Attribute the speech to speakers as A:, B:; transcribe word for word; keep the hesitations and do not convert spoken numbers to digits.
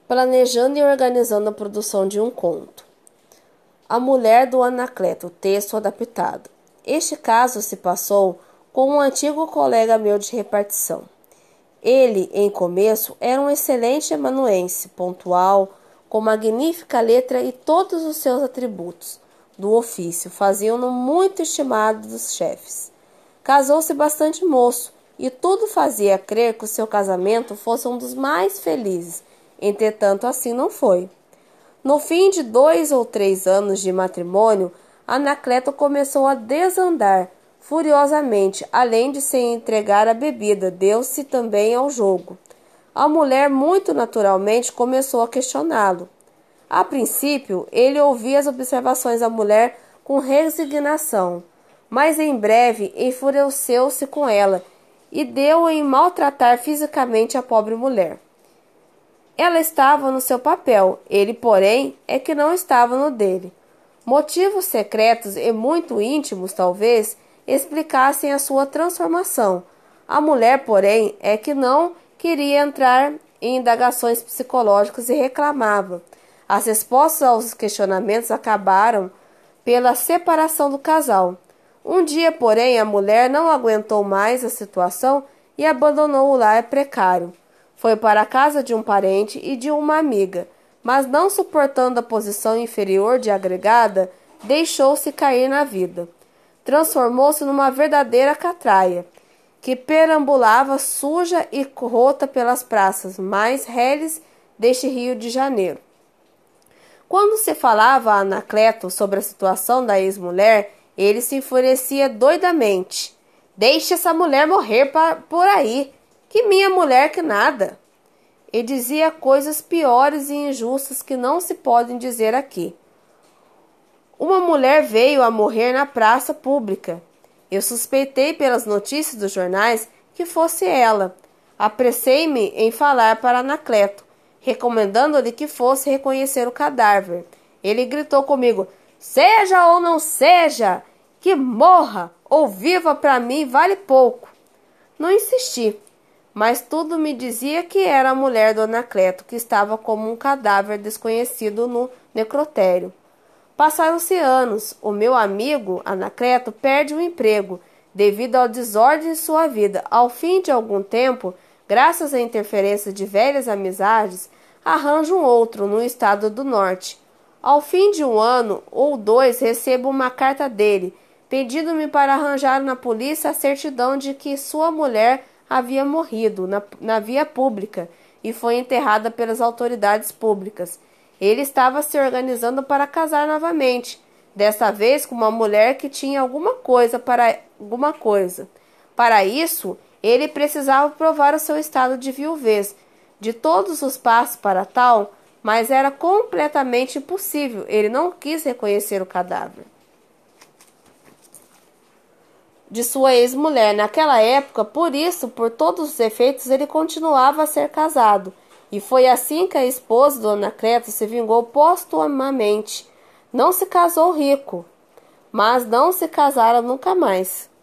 A: planejando e organizando a produção de um conto. A mulher do Anacleto, texto adaptado. Este caso se passou com um antigo colega meu de repartição. Ele, em começo, era um excelente amanuense, pontual, com magnífica letra e todos os seus atributos do ofício faziam-no muito estimado dos chefes. Casou-se bastante moço e tudo fazia crer que o seu casamento fosse um dos mais felizes. Entretanto, assim não foi. No fim de dois ou três anos de matrimônio, Anacleto começou a desandar furiosamente, além de se entregar à bebida, deu-se também ao jogo. A mulher, muito naturalmente, começou a questioná-lo. A princípio, ele ouvia as observações da mulher com resignação, mas em breve enfureceu-se com ela e deu em maltratar fisicamente a pobre mulher. Ela estava no seu papel, ele, porém, é que não estava no dele. Motivos secretos e muito íntimos, talvez, explicassem a sua transformação. A mulher, porém, é que não queria entrar em indagações psicológicas e reclamava. As respostas aos questionamentos acabaram pela separação do casal. Um dia, porém, a mulher não aguentou mais a situação e abandonou o lar precário. Foi para a casa de um parente e de uma amiga, mas não suportando a posição inferior de agregada, deixou-se cair na vida. Transformou-se numa verdadeira catraia, que perambulava suja e rota pelas praças mais reles deste Rio de Janeiro. Quando se falava a Anacleto sobre a situação da ex-mulher, ele se enfurecia doidamente. Deixe essa mulher morrer por aí, que minha mulher que nada. E dizia coisas piores e injustas que não se podem dizer aqui. Uma mulher veio a morrer na praça pública. Eu suspeitei pelas notícias dos jornais que fosse ela. Apressei-me em falar para Anacleto, recomendando-lhe que fosse reconhecer o cadáver. Ele gritou comigo: seja ou não seja, que morra ou viva para mim vale pouco. Não insisti, mas tudo me dizia que era a mulher do Anacleto, que estava como um cadáver desconhecido no necrotério. Passaram-se anos. O meu amigo Anacleto perde o emprego devido ao desordem de sua vida. Ao fim de algum tempo, graças à interferência de velhas amizades, arranja um outro no estado do norte. Ao fim de um ano ou dois, recebo uma carta dele, pedindo-me para arranjar na polícia a certidão de que sua mulher havia morrido na, na via pública e foi enterrada pelas autoridades públicas. Ele estava se organizando para casar novamente, desta vez com uma mulher que tinha alguma coisa para alguma coisa. Para isso, ele precisava provar o seu estado de viuvez. De todos os passos para tal, mas era completamente impossível. Ele não quis reconhecer o cadáver de sua ex-mulher naquela época, por isso, por todos os efeitos, ele continuava a ser casado. E foi assim que a esposa do Anacleto se vingou postumamente. Não se casou rico, mas não se casaram nunca mais.